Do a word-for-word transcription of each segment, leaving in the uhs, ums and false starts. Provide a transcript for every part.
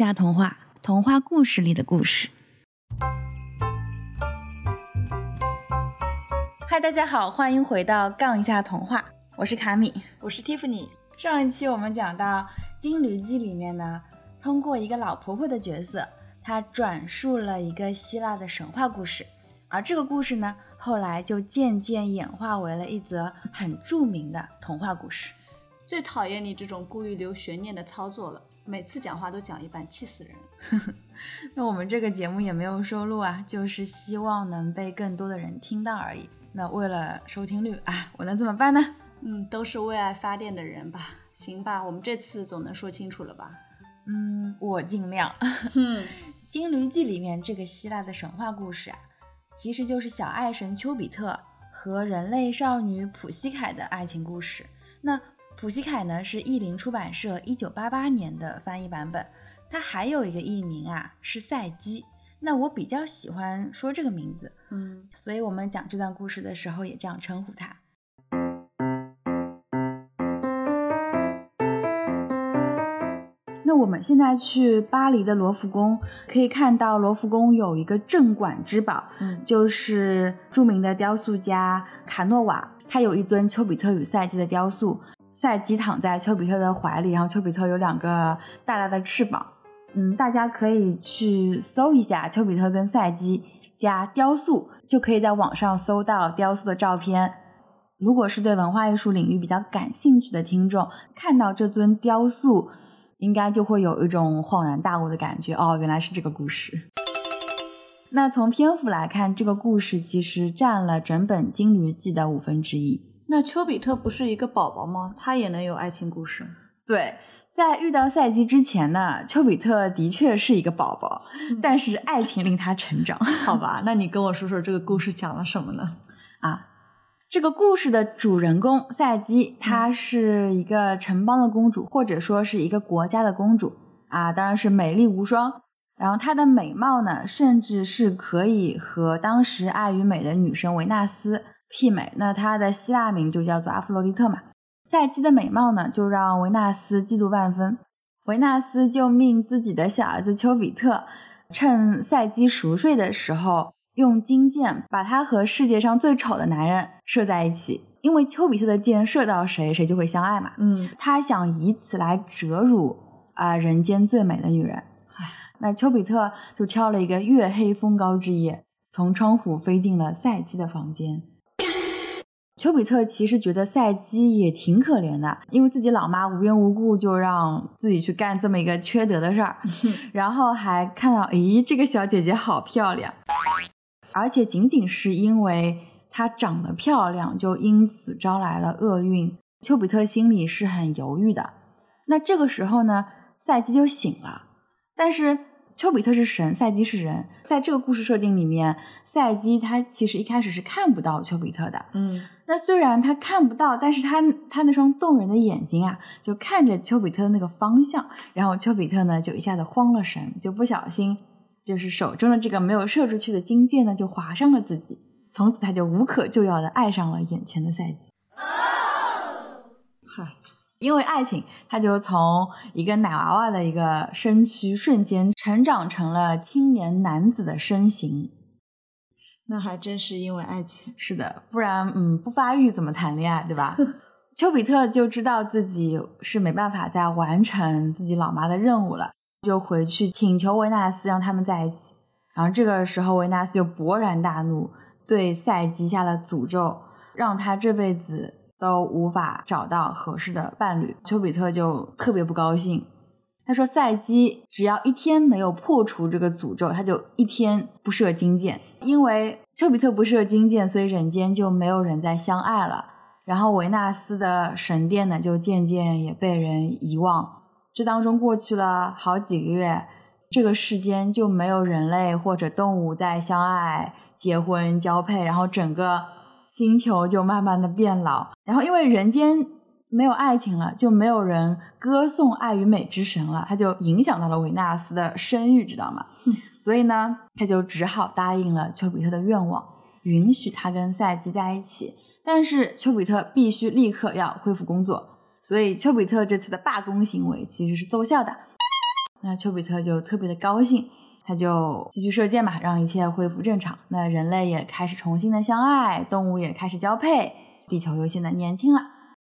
下童话，童话故事里的故事。嗨，大家好，欢迎回到杠一下童话，我是卡米， 我是 Tiffany。 上一期我们讲到《金驴记》里面呢，通过一个老婆婆的角色，她转述了一个希腊的神话故事，而这个故事呢，后来就渐渐演化为了一则很著名的童话故事。 最讨厌你这种故意留悬念的操作了，每次讲话都讲一半，气死人了。 那我们这个节目也没有收录啊，就是希望能被更多的人听到而已。那为了收听率啊，我能怎么办呢？ 嗯，都是为爱发电的人吧。行吧，我们这次总能说清楚了吧？ 嗯，我尽量。 嗯， 金驴记里面这个希腊的神话故事啊，其实就是小爱神丘比特和人类少女普希凯的爱情故事。那普希凯呢，是译林出版社一九八八年的翻译版本，它还有一个译名啊是赛姬。那我比较喜欢说这个名字， 嗯， 所以我们讲这段故事的时候也这样称呼它。那我们现在去巴黎的罗浮宫，可以看到罗浮宫有一个镇馆之宝， 嗯， 就是著名的雕塑家卡诺瓦，他有一尊丘比特与赛姬的雕塑，赛姬躺在丘比特的怀里，然后丘比特有两个大大的翅膀。嗯，大家可以去搜一下丘比特跟赛姬加雕塑，就可以在网上搜到雕塑的照片。如果是对文化艺术领域比较感兴趣的听众，看到这尊雕塑应该就会有一种恍然大悟的感觉，哦，原来是这个故事。那从篇幅来看，这个故事其实占了整本金驴记的五分之一。 那丘比特不是一个宝宝吗？他也能有爱情故事？ 对，在遇到赛姬之前呢，丘比特的确是一个宝宝，嗯，但是爱情令他成长。 好吧，那你跟我说说这个故事讲了什么呢？ 啊，这个故事的主人公赛姬，她是一个城邦的公主，或者说是一个国家的公主啊，当然是美丽无双。然后她的美貌呢，甚至是可以和当时爱与美的女神维纳斯媲美。那她的希腊名就叫做阿弗洛狄特嘛。赛姬的美貌呢，就让维纳斯嫉妒万分。维纳斯就命自己的小儿子丘比特，趁赛姬熟睡的时候，用金箭把他和世界上最丑的男人射在一起。因为丘比特的箭射到谁，谁就会相爱嘛。 嗯， 他想以此来折辱啊、呃、人间最美的女人。那丘比特就挑了一个月黑风高之夜，从窗户飞进了赛姬的房间。丘比特其实觉得赛姬也挺可怜的，因为自己老妈无缘无故就让自己去干这么一个缺德的事儿，然后还看到，咦，这个小姐姐好漂亮，而且仅仅是因为她长得漂亮，就因此招来了厄运。丘比特心里是很犹豫的。那这个时候呢，赛姬就醒了，但是丘比特是神，赛姬是人。在这个故事设定里面，赛姬她其实一开始是看不到丘比特的。 嗯， 那虽然她看不到，但是她她那双动人的眼睛啊，就看着丘比特的那个方向，然后丘比特呢就一下子慌了神，就不小心就是手中的这个没有射出去的金箭呢就划伤了自己，从此他就无可救药的爱上了眼前的赛姬。 嗨， 因为爱情，他就从一个奶娃娃的一个身躯瞬间成长成了青年男子的身形。 那还真是因为爱情。 是的，不然嗯不发育怎么谈恋爱，对吧？丘比特就知道自己是没办法再完成自己老妈的任务了，就回去请求维纳斯让他们在一起。然后这个时候维纳斯就勃然大怒，对赛姬下了诅咒，让他这辈子都无法找到合适的伴侣。丘比特就特别不高兴，他说赛姬只要一天没有破除这个诅咒，他就一天不射金箭。因为丘比特不射金箭，所以人间就没有人再相爱了。然后维纳斯的神殿呢，就渐渐也被人遗忘。这当中过去了好几个月，这个世间就没有人类或者动物再相爱、结婚、交配，然后整个星球就慢慢的变老。然后因为人间没有爱情了，就没有人歌颂爱与美之神了，他就影响到了维纳斯的声誉，知道吗？嗯，所以呢，他就只好答应了丘比特的愿望，允许他跟赛姬在一起。但是丘比特必须立刻要恢复工作，所以丘比特这次的罢工行为其实是奏效的。 那丘比特就特别的高兴，他就继续射箭嘛，让一切恢复正常。那人类也开始重新的相爱，动物也开始交配，地球又显得年轻了。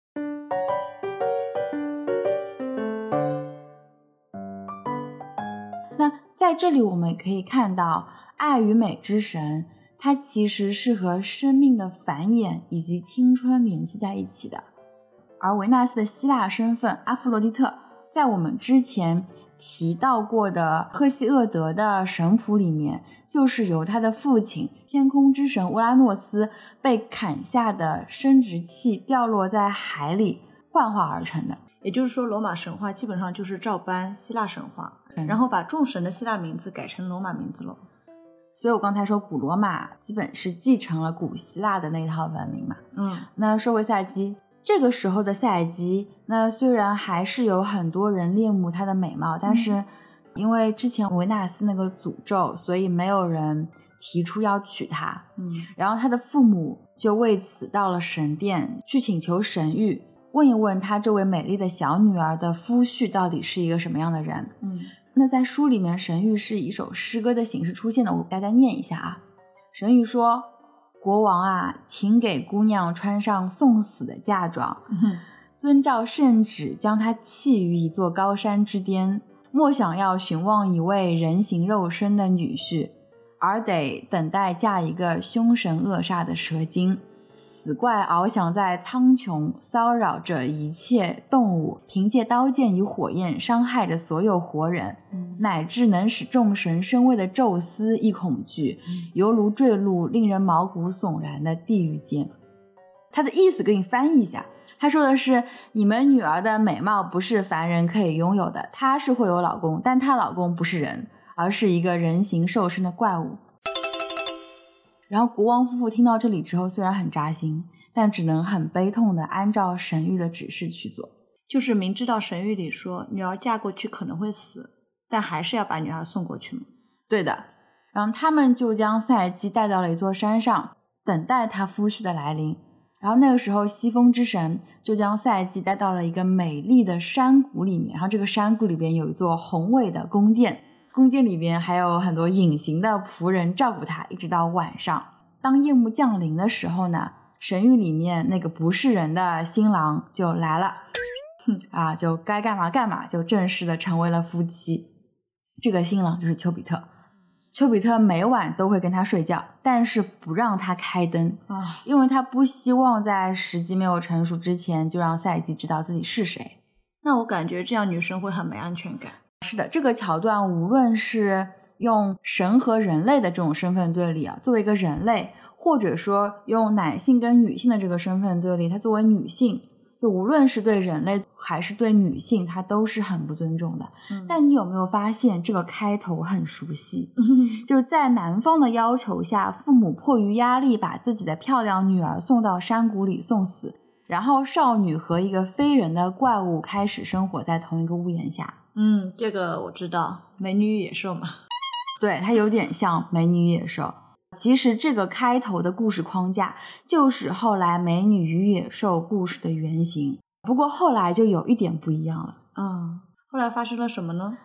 那在这里我们也可以看到，爱与美之神它其实是和生命的繁衍以及青春联系在一起的。而维纳斯的希腊身份阿弗罗狄特，在我们之前提到过的赫西厄德的神谱里面，就是由他的父亲天空之神乌拉诺斯被砍下的生殖器掉落在海里幻化而成的。 也就是说，罗马神话基本上就是照搬希腊神话，嗯、然后把众神的希腊名字改成罗马名字了。 所以我刚才说古罗马基本是继承了古希腊的那一套文明嘛。 嗯， 那说回赛姬，这个时候的赛姬，那虽然还是有很多人恋慕她的美貌，但是因为之前维纳斯那个诅咒，所以没有人提出要娶她。 嗯， 然后她的父母就为此到了神殿去请求神谕，问一问她这位美丽的小女儿的夫婿到底是一个什么样的人。 嗯， 那在书里面神谕是以一首诗歌的形式出现的，我给大家念一下啊。神谕说，国王啊，请给姑娘穿上送死的嫁妆， 嗯、 遵照圣旨将她弃于一座高山之巅，莫想要寻望一位人形肉身的女婿，而得等待嫁一个凶神恶煞的蛇精。此怪翱翔在苍穹，骚扰着一切动物，凭借刀剑与火焰伤害着所有活人， 嗯、 乃至能使众神生畏的宙斯亦恐惧，嗯、犹如坠入令人毛骨悚然的地狱间。他的意思给你翻译一下，他说的是，你们女儿的美貌不是凡人可以拥有的，她是会有老公，但她老公不是人，而是一个人形兽身的怪物。然后国王夫妇听到这里之后，虽然很扎心，但只能很悲痛的按照神谕的指示去做。 就是明知道神谕里说女儿嫁过去可能会死，但还是要把女儿送过去吗？ 对的。然后他们就将赛姬带到了一座山上，等待他夫婿的来临。然后那个时候西风之神就将赛姬带到了一个美丽的山谷里面，然后这个山谷里边有一座宏伟的宫殿，宫殿里边还有很多隐形的仆人照顾他，一直到晚上。当夜幕降临的时候呢，神谕里面那个不是人的新郎就来了，啊，就该干嘛干嘛，就正式的成为了夫妻。这个新郎就是丘比特。丘比特每晚都会跟他睡觉，但是不让他开灯啊， 因为他不希望在时机没有成熟之前就让赛姬知道自己是谁。 那我感觉这样女生会很没安全感。 是的，这个桥段无论是用神和人类的这种身份对立啊，作为一个人类，或者说用男性跟女性的这个身份对立，她作为女性，就无论是对人类还是对女性，她都是很不尊重的。 嗯、 但你有没有发现这个开头很熟悉？ 嗯、 就是在男方的要求下，父母迫于压力把自己的漂亮女儿送到山谷里送死，然后少女和一个非人的怪物开始生活在同一个屋檐下。 嗯，这个我知道，美女与野兽嘛。 对，它有点像美女与野兽。其实这个开头的故事框架就是后来美女与野兽故事的原型，不过后来就有一点不一样了。 嗯，后来发生了什么呢？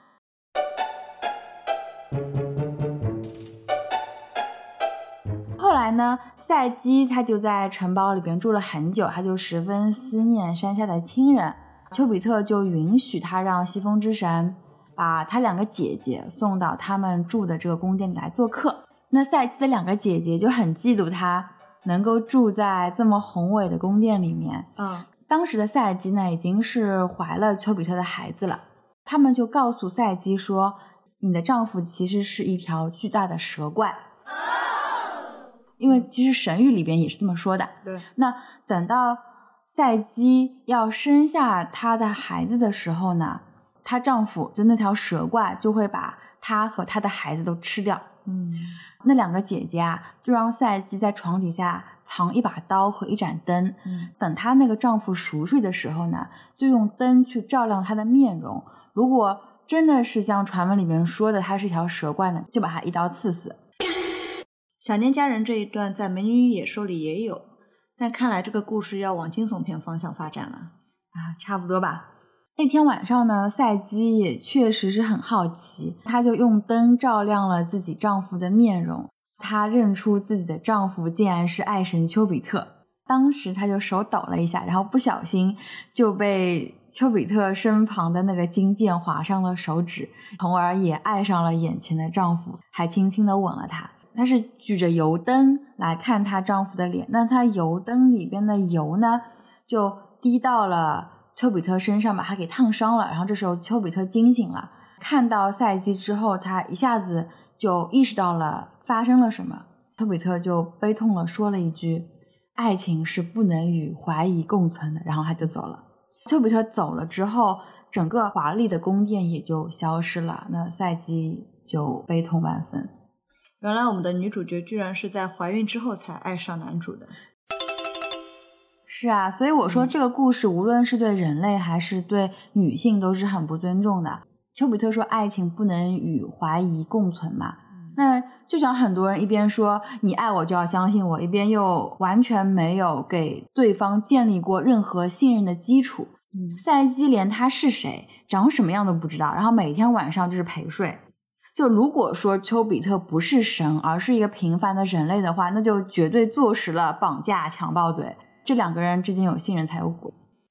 后来呢，赛姬她就在城堡里边住了很久，她就十分思念山下的亲人。丘比特就允许她让西风之神把她两个姐姐送到他们住的这个宫殿里来做客。那赛姬的两个姐姐就很嫉妒她能够住在这么宏伟的宫殿里面。 嗯， 当时的赛姬呢已经是怀了丘比特的孩子了，他们就告诉赛姬说，你的丈夫其实是一条巨大的蛇怪。因为其实神谕里边也是这么说的。 对。 那等到赛姬要生下她的孩子的时候呢，她丈夫就那条蛇怪就会把她和她的孩子都吃掉。 嗯， 那两个姐姐啊，就让赛姬在床底下藏一把刀和一盏灯。 嗯， 等她那个丈夫熟睡的时候呢，就用灯去照亮她的面容。如果真的是像传闻里面说的，她是一条蛇怪呢，就把她一刀刺死。 想念家人这一段在《美女与野兽》里也有，但看来这个故事要往惊悚片方向发展了啊，差不多吧。 那天晚上呢，赛姬也确实是很好奇，她就用灯照亮了自己丈夫的面容，她认出自己的丈夫竟然是爱神丘比特。当时她就手抖了一下，然后不小心就被丘比特身旁的那个金箭划伤了手指，从而也爱上了眼前的丈夫，还轻轻地吻了他。她是举着油灯来看她丈夫的脸，那她油灯里边的油呢，就滴到了丘比特身上，把他给烫伤了。然后这时候丘比特惊醒了，看到赛姬之后，他一下子就意识到了发生了什么。丘比特就悲痛了，说了一句：爱情是不能与怀疑共存的，然后他就走了。丘比特走了之后，整个华丽的宫殿也就消失了，那赛姬就悲痛万分。 原来我们的女主角居然是在怀孕之后才爱上男主的。 是啊，所以我说这个故事无论是对人类还是对女性都是很不尊重的。丘比特说爱情不能与怀疑共存嘛，那就像很多人一边说你爱我就要相信我，一边又完全没有给对方建立过任何信任的基础。嗯，赛姬连他是谁长什么样都不知道，然后每天晚上就是陪睡。就如果说丘比特不是神而是一个平凡的人类的话，那就绝对坐实了绑架强暴罪，这两个人之间有信任才有鬼。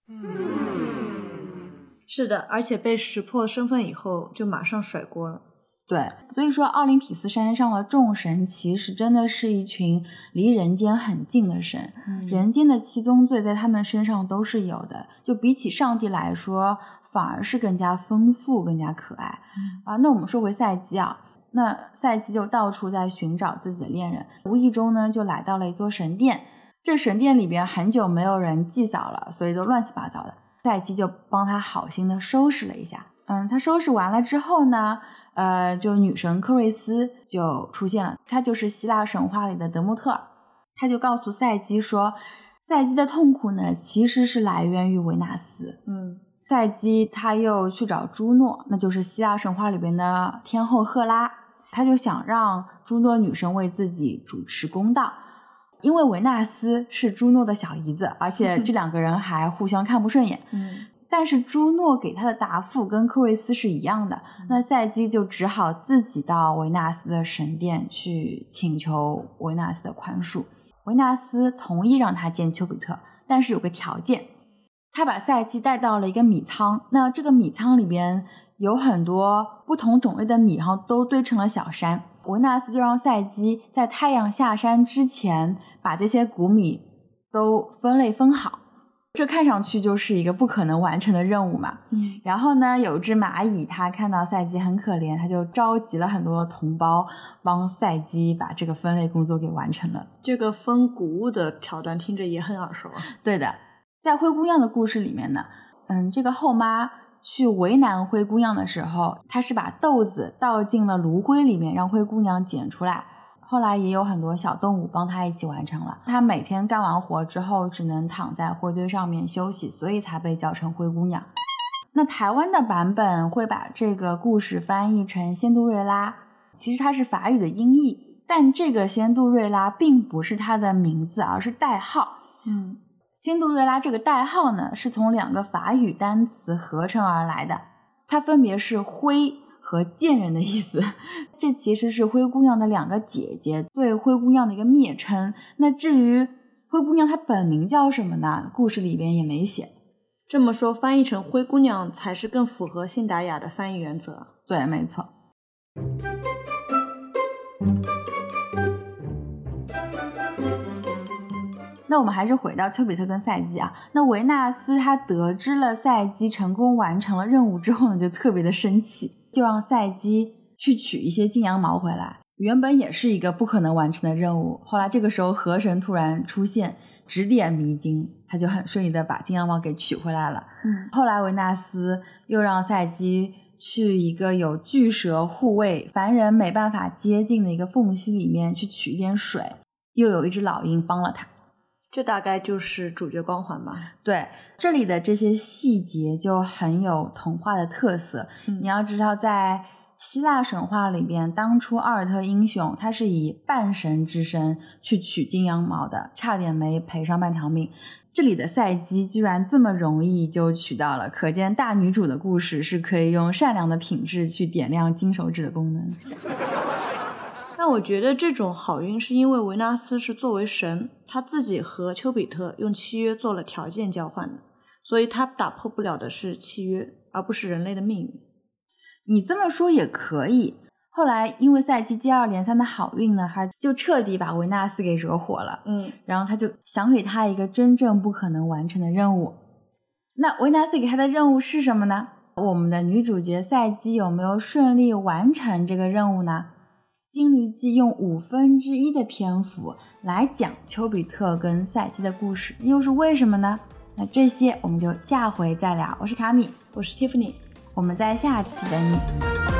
是的，而且被识破身份以后就马上甩锅了。 对，所以说奥林匹斯山上的众神其实真的是一群离人间很近的神，嗯，人间的七宗罪在他们身上都是有的，就比起上帝来说反而是更加丰富更加可爱，嗯，啊，那我们说回赛姬啊，那赛姬就到处在寻找自己的恋人，无意中呢就来到了一座神殿，这神殿里边很久没有人祭扫了，所以都乱七八糟的，赛姬就帮他好心的收拾了一下。嗯，他收拾完了之后呢，呃，就女神克瑞斯就出现了，她就是希腊神话里的德莫特尔。她就告诉赛姬说，赛姬的痛苦呢其实是来源于维纳斯。嗯，赛姬她又去找朱诺，那就是希腊神话里边的天后赫拉，她就想让朱诺女神为自己主持公道。因为维纳斯是朱诺的小姨子，而且这两个人还互相看不顺眼。嗯，但是朱诺给他的答复跟克瑞斯是一样的，嗯，那赛姬就只好自己到维纳斯的神殿去请求维纳斯的宽恕。维纳斯同意让他见丘比特，但是有个条件，他把赛姬带到了一个米仓，那这个米仓里边有很多不同种类的米，然后都堆成了小山。维纳斯就让赛姬在太阳下山之前把这些谷米都分类分好，这看上去就是一个不可能完成的任务嘛。嗯，然后呢，有只蚂蚁它看到赛姬很可怜，它就召集了很多同胞帮赛姬把这个分类工作给完成了。 这个分谷物的桥段听着也很耳熟啊。 对的，在灰姑娘的故事里面呢，嗯，这个后妈去为难灰姑娘的时候，她是把豆子倒进了炉灰里面让灰姑娘捡出来，后来也有很多小动物帮她一起完成了。她每天干完活之后只能躺在灰堆上面休息，所以才被叫成灰姑娘。那台湾的版本会把这个故事翻译成仙杜瑞拉，其实它是法语的音译，但这个仙杜瑞拉并不是她的名字，而是代号。嗯，仙杜瑞拉这个代号呢，是从两个法语单词合成而来的，它分别是灰和贱人的意思。这其实是灰姑娘的两个姐姐对灰姑娘的一个蔑称。那至于灰姑娘她本名叫什么呢？故事里边也没写。 这么说，翻译成灰姑娘才是更符合信达雅的翻译原则。 对，没错。那我们还是回到丘比特跟赛姬啊。那维纳斯他得知了赛姬成功完成了任务之后呢，就特别的生气，就让赛姬去取一些金羊毛回来。原本也是一个不可能完成的任务，后来这个时候河神突然出现指点迷津，他就很顺利的把金羊毛给取回来了。嗯，后来维纳斯又让赛姬去一个有巨蛇护卫凡人没办法接近的一个缝隙里面去取一点水，又有一只老鹰帮了他。 这大概就是主角光环吧。 对，这里的这些细节就很有童话的特色。嗯，你要知道在希腊神话里边，当初奥尔特英雄他是以半神之身去取金羊毛的，差点没赔上半条命。这里的赛姬居然这么容易就取到了，可见大女主的故事是可以用善良的品质去点亮金手指的功能。 但我觉得这种好运是因为维纳斯是作为神，他自己和丘比特用契约做了条件交换的，所以他打破不了的是契约，而不是人类的命运。 你这么说也可以。后来因为赛姬接二连三的好运呢，他就彻底把维纳斯给惹火了。 嗯， 然后他就想给他一个真正不可能完成的任务。那维纳斯给他的任务是什么呢？我们的女主角赛姬有没有顺利完成这个任务呢？金驴记用五分之一的篇幅来讲丘比特跟赛姬的故事，又是为什么呢？那这些我们就下回再聊。我是卡米， 我是 Tiffany， 我们在下期等你。